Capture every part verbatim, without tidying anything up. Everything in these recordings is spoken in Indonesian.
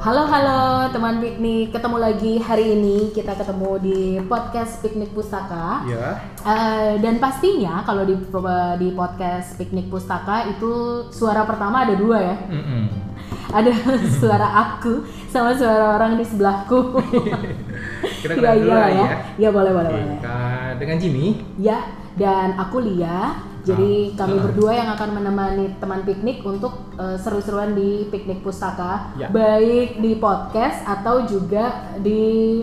Halo halo teman piknik, ketemu lagi hari ini kita ketemu di podcast Piknik Pustaka. Ya. Uh, dan pastinya kalau di di podcast Piknik Pustaka itu suara pertama ada dua ya. Mm-mm. Ada suara aku sama suara orang di sebelahku. Kita kenal dulu ya, ya. ya. Ya boleh boleh Oke, boleh. Ka- dengan Jimmy. Ya, dan aku Lia. Jadi Ah, kami ah. berdua yang akan menemani teman piknik untuk uh, seru-seruan di Piknik Pustaka, Ya. baik di podcast atau juga di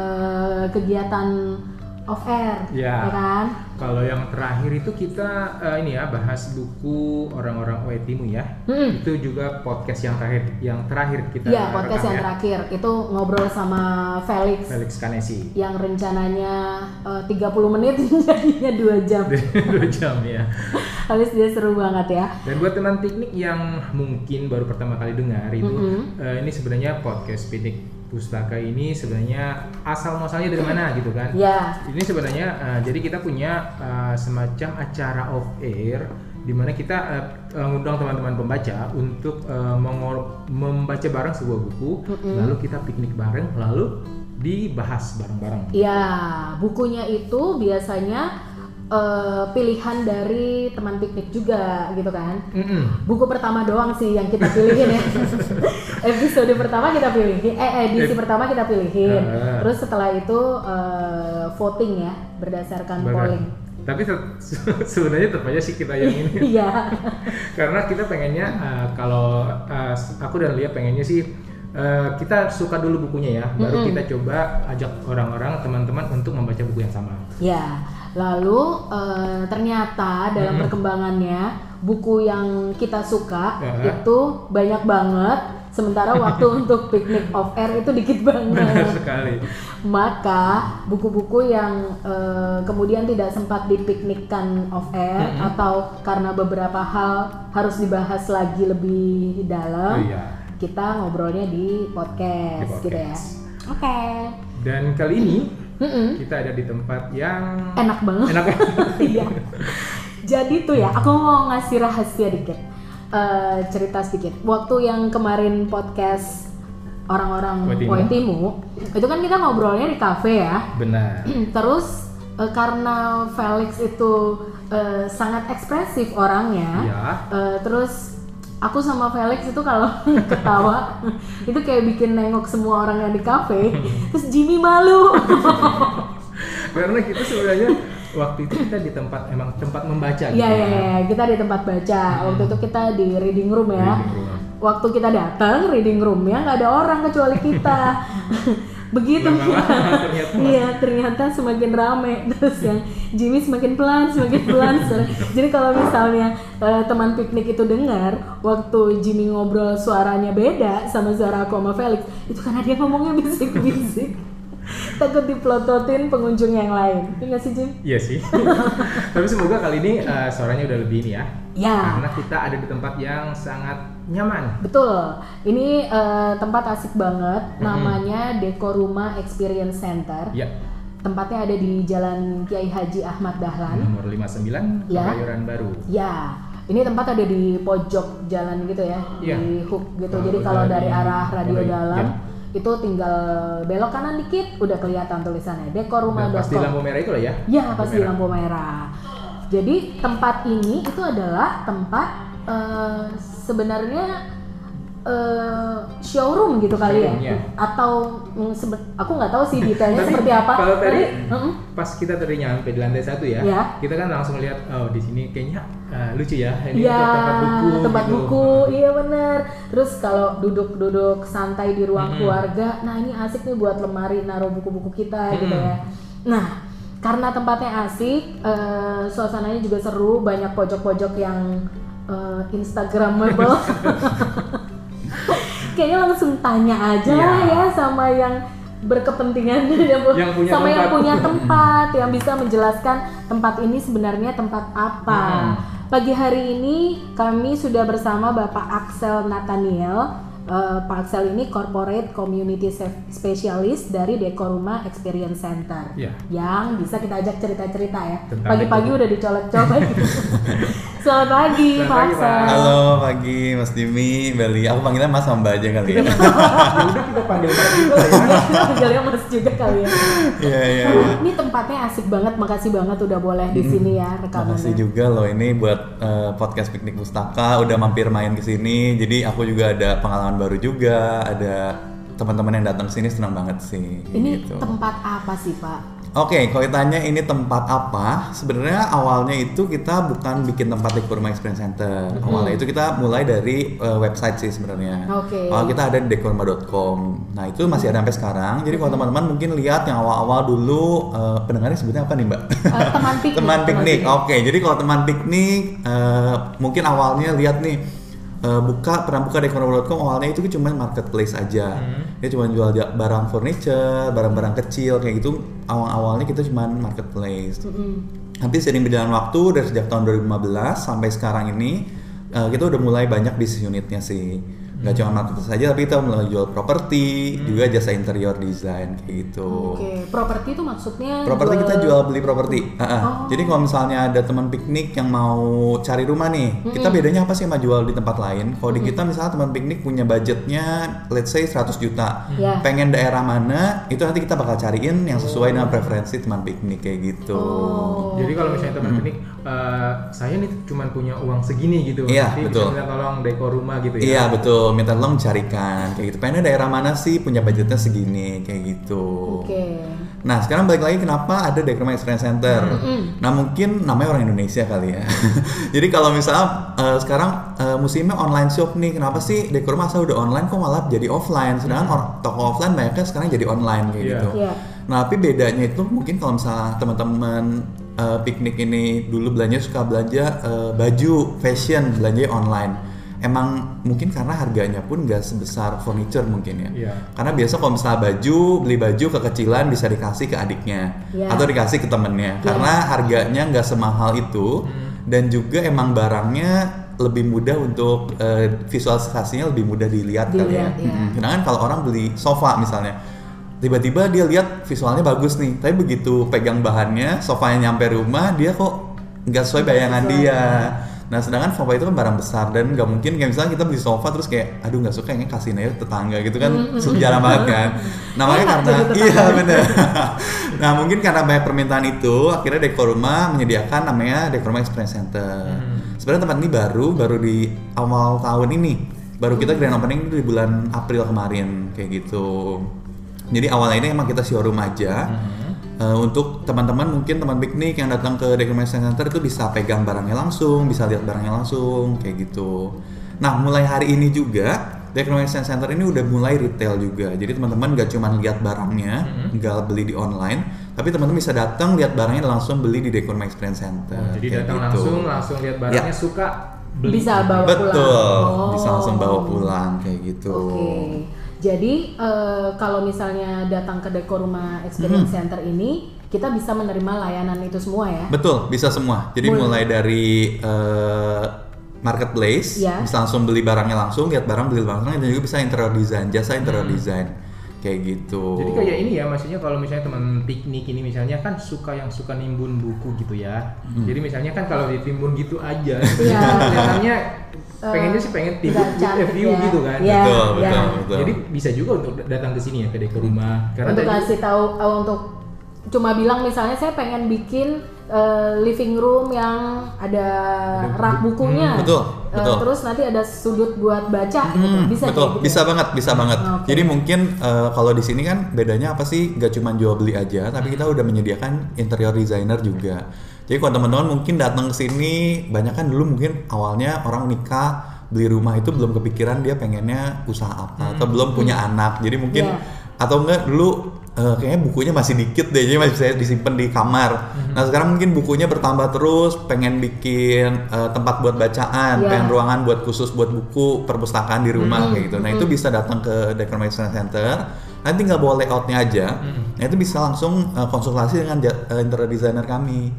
uh, kegiatan off air, Ya. ya kan? Kalau yang terakhir itu kita eh, ini ya bahas buku orang-orang O E T I M U ya. Mm-mm. Itu juga podcast yang terakhir, yang terakhir kita Iya, podcast rekam yang ya. terakhir itu ngobrol sama Felix, Felix Kanesi. yang rencananya uh, tiga puluh menit jadinya dua jam. Dua jam ya. Habis dia seru banget ya. Dan buat teman piknik yang mungkin baru pertama kali dengar itu, Mm-hmm. eh, ini sebenarnya podcast Piknik Pustaka ini sebenarnya asal muasalnya dari mana gitu kan? Ya. Ini sebenarnya uh, jadi kita punya uh, semacam acara off air di mana kita uh, uh, ngundang teman-teman pembaca untuk uh, mengor- membaca bareng sebuah buku, Mm-mm. lalu kita piknik bareng, lalu dibahas bareng-bareng. Ya, bukunya itu biasanya eh, pilihan dari teman piknik juga gitu kan. Mm-mm. Buku pertama doang sih yang kita pilihin ya. Episode pertama kita pilihin, eh edisi Eh. pertama kita pilihin. Ah. Terus setelah itu eh, voting ya berdasarkan Bareng. polling. Tapi te- sebenarnya tetap aja sih kita yang ini. Iya. Karena kita pengennya uh, kalau uh, aku dan Lia pengennya sih uh, kita suka dulu bukunya ya, baru Mm-mm. kita coba ajak orang-orang teman-teman untuk membaca buku yang sama. Ya, lalu eh, ternyata dalam Mm-mm. perkembangannya buku yang kita suka Ya. itu banyak banget, sementara waktu untuk piknik off air itu dikit Benar banget. sekali. Maka buku-buku yang eh, kemudian tidak sempat dipiknikkan off air Mm-mm. atau karena beberapa hal harus dibahas lagi lebih dalam, Oh iya. kita ngobrolnya di podcast, Di gitu ya. podcast. Oke. Dan kali ini Mm-mm. kita ada di tempat yang Enak banget. enak. Iya. Jadi tuh ya, aku mau ngasih rahasia dikit, Eh, cerita sedikit. Waktu yang kemarin podcast orang-orang O E T I M U. O E T I M U, itu kan kita ngobrolnya di kafe ya. Benar. Terus eh, karena Felix itu eh, sangat ekspresif orangnya, Ya. eh, terus aku sama Felix itu kalau ketawa itu kayak bikin nengok semua orang yang di kafe. Terus Jimmy malu. Karena kita sebenarnya waktu itu kita di tempat emang tempat membaca gitu. Iya iya iya, kita di tempat baca. Waktu itu kita di reading room ya. Reading room. Waktu kita datang reading roomnya nggak ada orang kecuali kita. Begitu Lama-lama kita. ternyata. Iya ternyata semakin rame. Terus yang Jimmy semakin pelan, semakin pelan. Jadi kalau misalnya eh, teman piknik itu dengar waktu Jimmy ngobrol suaranya beda sama suara aku sama Felix, itu karena dia ngomongnya bisik-bisik. Takut diplototin pengunjung yang lain. Iya nggak sih Jim? Iya sih. Tapi semoga kali ini uh, suaranya udah lebih ini ya. Ya. Karena kita ada di tempat yang sangat nyaman. Betul, ini eh, tempat asik banget, Mm-hmm. namanya Deko Rumah Experience Center. Ya. Tempatnya ada di Jalan Kiai Haji Ahmad Dahlan. Nomor lima puluh sembilan Ya. Kebayoran Baru. Ya, ini tempat ada di pojok jalan gitu ya, Iya. di hook gitu. Kalau Jadi kalau dari dari arah radio Polri, dalam ya. itu tinggal belok kanan dikit, udah kelihatan tulisannya Deko Rumah. Dan pasti lampu merah itu lah ya. Ya, pasti lampu merah. Jadi tempat ini itu adalah tempat eh, sebenarnya eh, showroom gitu kali Showroom, ya, ya. atau mm, sebe- aku nggak tahu sih detailnya Tapi seperti apa. Kalau tadi Mm-mm. pas kita tadi nyampe di lantai satu ya, Ya. kita kan langsung lihat oh di sini kayaknya uh, lucu ya. Ini Iya, untuk tempat buku. tempat gitu. buku, iya bener. Terus kalau duduk-duduk santai di ruang Mm-mm. keluarga, nah ini asik nih buat lemari naruh buku-buku kita gitu Mm-mm. ya. Nah, karena tempatnya asik, eh, suasananya juga seru, banyak pojok-pojok yang eh, Instagramable. Kayaknya langsung tanya aja lah Iya. ya sama yang berkepentingan Yang punya sama yang tempat. punya tempat yang bisa menjelaskan tempat ini sebenarnya tempat apa. Hmm. Pagi hari ini kami sudah bersama Bapak Axel Nathaniel uh, Pak Axel ini Corporate Community Specialist dari Dekoruma Experience Center, yeah. yang bisa kita ajak cerita-cerita ya. Tentang Pagi-pagi dekor. udah dicolek-colek. Selamat pagi, Selamat Pak pagi, Axel. Pak. Halo pagi Mas Dimi, Bali. Aku panggilnya Mas sama Mbak aja kali ya. Ya udah kita panggil Mbak juga lah ya. Panggilnya Mas juga kali ya. Iya iya. Ini tempatnya asik banget, makasih banget udah boleh di sini ya rekamannya. Makasih juga loh ini buat uh, podcast Piknik Pustaka udah mampir main ke sini. Jadi aku juga ada pengalaman baru juga, ada teman-teman yang datang sini, senang banget sih. Ini gitu. tempat apa sih Pak? Oke, kalau ditanya ini tempat apa, sebenarnya awalnya itu kita bukan bikin tempat di Dekoruma Experience Center. Mm-hmm. Awalnya itu kita mulai dari uh, website sih sebenarnya. Oke. Awal kita ada di dekoruma dot com. Nah itu masih ada sampai sekarang. Jadi kalau teman-teman mungkin lihat yang awal-awal dulu, uh, pendengarnya sebutnya apa nih Mbak? Uh, teman piknik. teman piknik. Oke, jadi kalau teman piknik, uh, mungkin awalnya lihat nih. Uh, buka pernah buka dekoruma dot com awalnya itu cuma marketplace aja. Hmm. Dia cuma jual barang furniture, barang-barang kecil kayak gitu. Awal-awalnya kita cuma marketplace. Hmm. Tapi sering berjalan waktu dari sejak tahun dua ribu lima belas sampai sekarang ini uh, kita udah mulai banyak bisnis unitnya sih. Gak cuma marketplace saja, tapi kita mulai jual properti, hmm. juga jasa interior design kayak gitu. Oke, okay. Properti itu maksudnya? Properti jual... kita jual beli properti. Uh-uh. Oh. Jadi kalau misalnya ada teman piknik yang mau cari rumah nih, hmm. kita bedanya apa sih sama jual di tempat lain? Kalau hmm. di kita misalnya teman piknik punya budgetnya, let's say seratus juta, yeah. pengen daerah mana, itu nanti kita bakal cariin yang sesuai dengan preferensi teman piknik kayak gitu. Oh. Jadi kalau misalnya teman hmm. piknik, uh, saya nih cuma punya uang segini gitu, iya, nanti betul. bisa minta tolong dekor rumah gitu ya? Iya betul. Minta tolong carikan kayak gitu. Pengennya daerah mana sih punya budgetnya segini kayak gitu. Oke. Okay. Nah sekarang balik lagi kenapa ada Dekoruma Experience Center. Mm-hmm. Nah mungkin namanya orang Indonesia kali ya. Jadi kalau misalnya uh, sekarang uh, musimnya online shop nih, kenapa sih Dekoruma asal udah online kok malah jadi offline? Sedangkan mm-hmm. toko offline banyaknya sekarang jadi online kayak yeah. gitu. Yeah. Nah tapi bedanya itu mungkin kalau misalnya teman-teman uh, piknik ini dulu belanja suka belanja uh, baju, fashion, belanja online. Emang mungkin karena harganya pun nggak sebesar furniture mungkin ya. Yeah. Karena biasa kalau misalnya baju, beli baju kekecilan bisa dikasih ke adiknya yeah. atau dikasih ke temennya. Yeah. Karena harganya nggak semahal itu hmm. dan juga emang barangnya lebih mudah untuk uh, visualisasinya lebih mudah dilihat, dilihat kali ya. Yeah. Sedangkan kalau orang beli sofa misalnya, tiba-tiba dia lihat visualnya bagus nih, tapi begitu pegang bahannya, sofanya nyampe rumah dia kok nggak sesuai bayangan sesuai. dia. Nah sedangkan sofa itu kan barang besar dan nggak mungkin kayak misalnya kita beli sofa terus kayak aduh nggak suka kayaknya kasihin aja tetangga gitu kan sejarah banget kan. Namanya karena iya benar. Nah mungkin karena banyak permintaan itu akhirnya Dekoruma menyediakan namanya Dekoruma Experience Center. Hmm. Sebenarnya tempat ini baru baru di awal tahun ini baru kita grand opening di bulan April kemarin kayak gitu. Jadi awalnya ini emang kita showroom aja. Hmm. Uh, untuk teman-teman mungkin teman piknik yang datang ke Dekoruma Experience Center itu bisa pegang barangnya langsung, bisa lihat barangnya langsung kayak gitu. Nah mulai hari ini juga Dekoruma Experience Center ini udah mulai retail juga. Jadi teman-teman nggak cuma lihat barangnya, nggak mm-hmm. beli di online, tapi teman-teman bisa datang lihat barangnya langsung beli di Dekoruma Experience Center. Oh, jadi datang gitu. langsung langsung lihat barangnya ya. Suka beli. Bisa bawa Betul. pulang. Betul, oh. bisa langsung bawa pulang kayak gitu. Oke. Okay. Jadi uh, kalau misalnya datang ke Dekoruma Experience hmm. Center ini, kita bisa menerima layanan itu semua ya? Betul, bisa semua. Jadi mulai, mulai dari uh, marketplace, ya. Bisa langsung beli barangnya langsung, lihat barang beli barangnya, dan juga bisa interior design, jasa interior hmm. design kayak gitu. Jadi kayak ini ya, maksudnya kalau misalnya teman piknik ini misalnya kan suka yang suka nimbun buku gitu ya. Hmm. Jadi misalnya kan kalau ditimbun gitu aja, kelihatannya pengennya sih pengen timbun review ya. Gitu kan. Ya, betul, ya. betul, betul. Jadi bisa juga untuk datang ke sini ya ke Dekoruma. Karena untuk kasih tahu uh, untuk cuma bilang misalnya saya pengen bikin uh, living room yang ada rak bukunya, hmm, betul, uh, betul. Terus nanti ada sudut buat baca, hmm, gitu. Bisa betul, gitu. Bisa banget, bisa banget. Okay. Jadi mungkin uh, kalau di sini kan bedanya apa sih? Gak cuma jual beli aja, tapi kita udah menyediakan interior designer juga. Jadi kalau teman-teman mungkin datang ke sini, banyak kan dulu mungkin awalnya orang nikah beli rumah itu belum kepikiran dia pengennya usaha apa hmm. atau belum punya hmm. anak, jadi mungkin yeah. atau enggak dulu Uh, kayaknya bukunya masih dikit deh, jadi masih bisa disimpan di kamar. Mm-hmm. Nah sekarang mungkin bukunya bertambah terus, pengen bikin uh, tempat buat bacaan, yeah. pengen ruangan buat khusus buat buku, perpustakaan di rumah mm-hmm. kayak gitu. Nah mm-hmm. itu bisa datang ke Dekoruma Experience Center. Nanti nggak bawa layoutnya aja, mm-hmm. nah itu bisa langsung uh, konsultasi dengan uh, interior designer kami. Oh.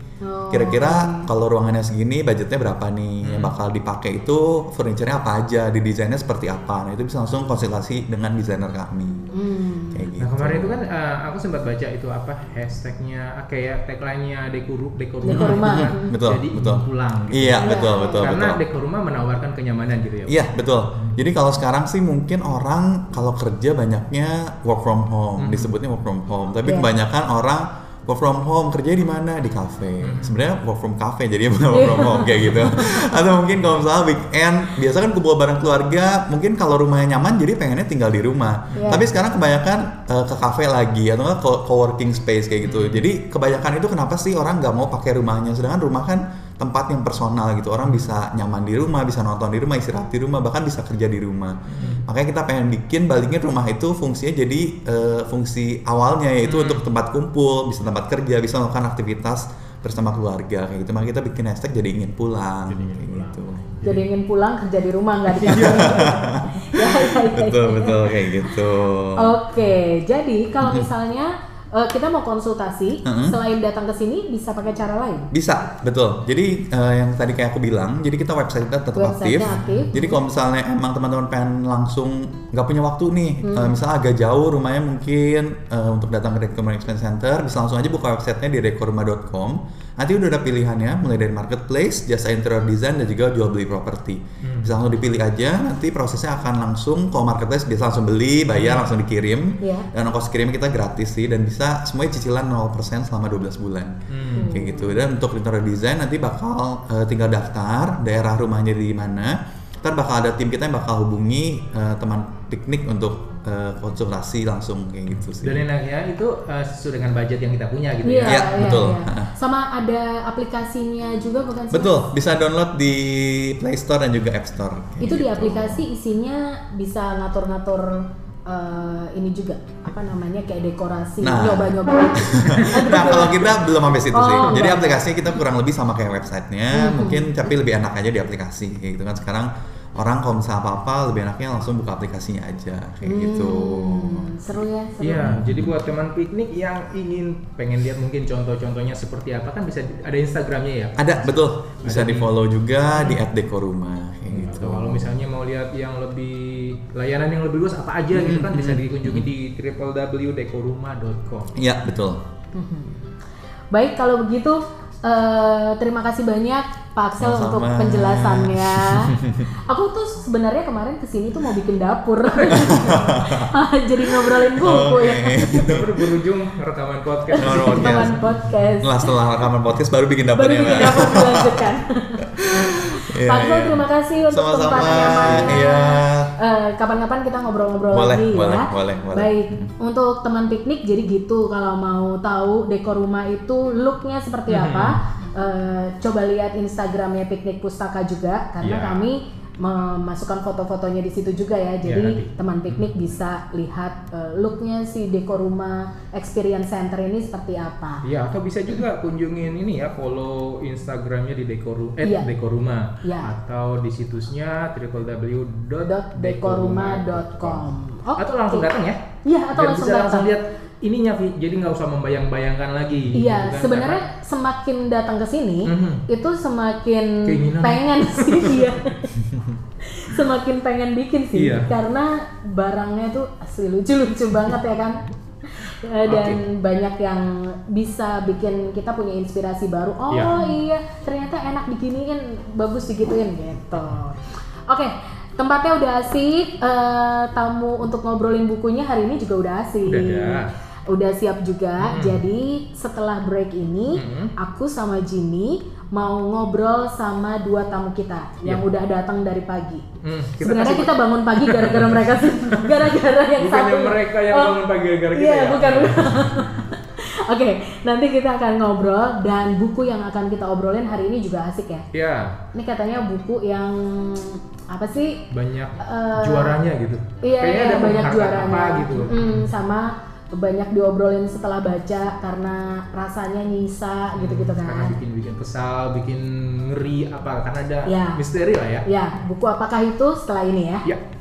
kira-kira kalau ruangannya segini budgetnya berapa nih, hmm. yang bakal dipakai itu furniture-nya apa aja, di desainnya seperti apa. Nah itu bisa langsung konsultasi dengan desainer kami. Hmm. Kayak gitu. Nah kemarin itu kan uh, aku sempat baca itu apa hashtagnya kayak tagline-nya Dekor Dekor Dekor rumah. Kan? Betul, jadi betul. pulang. Gitu. Iya betul betul. Karena betul. Dekor rumah menawarkan kenyamanan gitu ya. Iya betul. Jadi kalau sekarang sih mungkin orang kalau kerja banyaknya work from home, hmm. disebutnya work from home. Tapi yeah. kebanyakan orang work from home kerja di mana? Di kafe. Hmm. Sebenarnya work from cafe jadi bukan work from home kayak gitu. Atau mungkin kalau misalnya weekend biasa kan kumpul bareng keluarga, mungkin kalau rumahnya nyaman jadi pengennya tinggal di rumah. Yeah. Tapi sekarang kebanyakan uh, ke kafe lagi atau nggak co-working space kayak gitu. Hmm. Jadi kebanyakan itu kenapa sih orang nggak mau pakai rumahnya? Sedangkan rumah kan tempat yang personal gitu, orang bisa nyaman di rumah, bisa nonton di rumah, istirahat di rumah, bahkan bisa kerja di rumah. Hmm. Makanya kita pengen bikin balikin rumah itu fungsinya jadi uh, fungsi awalnya yaitu hmm. untuk tempat kumpul, bisa tempat kerja, bisa melakukan aktivitas bersama keluarga kayak gitu. Makanya kita bikin hashtag jadi ingin pulang. Jadi ingin kayak pulang. gitu. Jadi ingin pulang kerja di rumah nggak di kafe. ya, ya, ya, betul betul kayak gitu. Oke, jadi kalau misalnya Uh, kita mau konsultasi, uh-huh. selain datang ke sini bisa pakai cara lain? Bisa, betul. Jadi uh, yang tadi kayak aku bilang, jadi kita website kita tetap aktif. aktif. Jadi kalau misalnya emang teman-teman pengen langsung nggak punya waktu nih, hmm. uh, misalnya agak jauh rumahnya mungkin uh, untuk datang ke Dekor Experience Center, bisa langsung aja buka websitenya di dekoruma dot com. Nanti udah ada pilihannya, mulai dari marketplace, jasa interior design, dan juga jual beli properti. Hmm. Bisa langsung dipilih aja, nanti prosesnya akan langsung, kalau marketplace bisa langsung beli, bayar, hmm. langsung dikirim. Yeah. Dan ongkos kirim kita gratis sih, dan bisa semuanya cicilan nol persen selama dua belas bulan. Hmm. Kayak gitu. Dan untuk interior design nanti bakal uh, tinggal daftar, daerah rumahnya di mana. Ntar bakal ada tim kita yang bakal hubungi uh, teman piknik untuk uh, konsultasi langsung kayak gitu sih. Dan enaknya itu uh, sesuai dengan budget yang kita punya gitu yeah, ya. Iya, yeah, betul. Yeah. Sama ada aplikasinya juga bukan sih? Betul, bisa download di Play Store dan juga App Store. Itu gitu. Di aplikasi isinya bisa ngatur-ngatur Uh, ini juga apa namanya kayak dekorasi, nah. nyoba-nyoba. Nah kalau kita belum sampai situ oh, sih. Jadi enggak. aplikasinya kita kurang lebih sama kayak websitenya, hmm. mungkin tapi lebih enak aja di aplikasi kayak gitu kan. Sekarang orang kalau misalnya apa-apa lebih enaknya langsung buka aplikasinya aja kayak hmm. gitu. Seru ya. Seru. Iya. Jadi buat teman piknik yang ingin pengen lihat mungkin contoh-contohnya seperti apa kan bisa ada Instagramnya ya. Ada betul. Bisa di follow juga di at dekoruma kayak hmm. gitu. Kalau misalnya mau lihat yang lebih layanan yang lebih luas apa aja hmm. gitu kan bisa dikunjungi di w w w titik dekoruma titik com. Iya betul. Baik kalau begitu uh, terima kasih banyak Pak Axel Sama-sama. untuk penjelasannya. Aku tuh sebenarnya kemarin kesini tuh mau bikin dapur, jadi ngobrolin buku okay. ya. Dapur berujung rekaman podcast. Rekaman podcast. Nah, setelah rekaman podcast baru bikin dapurnya. Baru bikin dapur dilanjutkan. Yeah, Pak Axel yeah. terima kasih untuk Sama-sama, tempatnya. Yeah. Uh, kapan-kapan kita ngobrol-ngobrol boleh, lagi boleh, ya. Boleh, boleh. Baik, untuk teman piknik jadi gitu kalau mau tahu dekor rumah itu looknya seperti apa. Uh, coba lihat Instagramnya Piknik Pustaka juga karena yeah. kami memasukkan foto-fotonya di situ juga ya. Jadi yeah, teman piknik bisa lihat uh, looknya si dekor rumah Experience Center ini seperti apa. Iya, yeah, atau bisa juga kunjungin ini ya, follow Instagramnya di dekoru eh yeah. dekoruma yeah. atau di situsnya w w w dot dekoruma dot com. Oh, atau langsung okay. datang ya? Iya, atau dan langsung bisa datang. langsung lihat ininya, jadi nggak usah membayang-bayangkan lagi. Iya, gitu kan? sebenarnya Karena semakin datang ke sini mm-hmm. itu semakin keinginan. pengen sih iya. Semakin pengen bikin sih iya. karena barangnya tuh asli lucu-lucu banget ya kan. Dan okay. banyak yang bisa bikin kita punya inspirasi baru. Oh yeah. iya, ternyata enak diginiin, bagus digituin gitu. Oke. Okay. Tempatnya udah asik, uh, tamu untuk ngobrolin bukunya hari ini juga udah asik. Udah ada. Udah siap juga. Hmm. Jadi setelah break ini, hmm. aku sama Jimmy mau ngobrol sama dua tamu kita yang yeah. udah datang dari pagi. Hmm, kita Sebenarnya kasih... kita bangun pagi gara-gara mereka sih, gara-gara yang Bukannya satu. Bukannya mereka yang oh, bangun pagi gara-gara kita iya, ya? Bukan. Oke, okay, nanti kita akan ngobrol dan buku yang akan kita obrolin hari ini juga asik ya. Iya. Yeah. Ini katanya buku yang apa sih? Banyak uh, juaranya gitu. Iya, Kayaknya iya ada banyak juaranya. Apa gitu. Hmm, sama banyak diobrolin setelah baca karena rasanya nyisa hmm, gitu-gitu kan. Karena bikin-bikin kesal, bikin ngeri apa? Karena ada ya. misteri lah ya. Ya, buku apakah itu setelah ini ya? Ya.